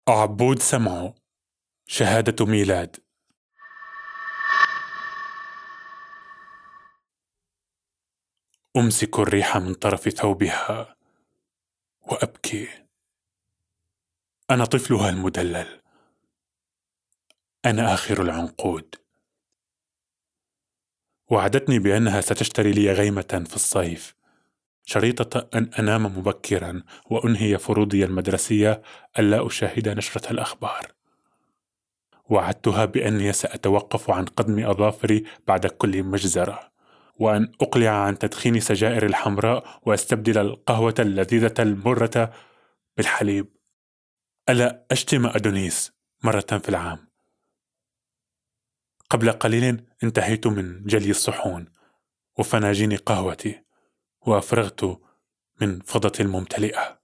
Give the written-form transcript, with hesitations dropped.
عبود سمعو، شهادة ميلاد. أمسك الريح من طرف ثوبها وأبكي. أنا طفلها المدلل، أنا آخر العنقود. وعدتني بأنها ستشتري لي غيمة في الصيف، شريطة أن أنام مبكرا وأنهي فروضي المدرسية ألا أشاهد نشرة الأخبار. وعدتها بأني سأتوقف عن قضم أظافري بعد كل مجزرة، وأن أقلع عن تدخين سجائر الحمراء وأستبدل القهوة اللذيذة المرة بالحليب. ألا أشتم أدونيس مرة في العام. قبل قليل انتهيت من جلي الصحون وفناجين قهوتي، وأفرغت من فضتي الممتلئة.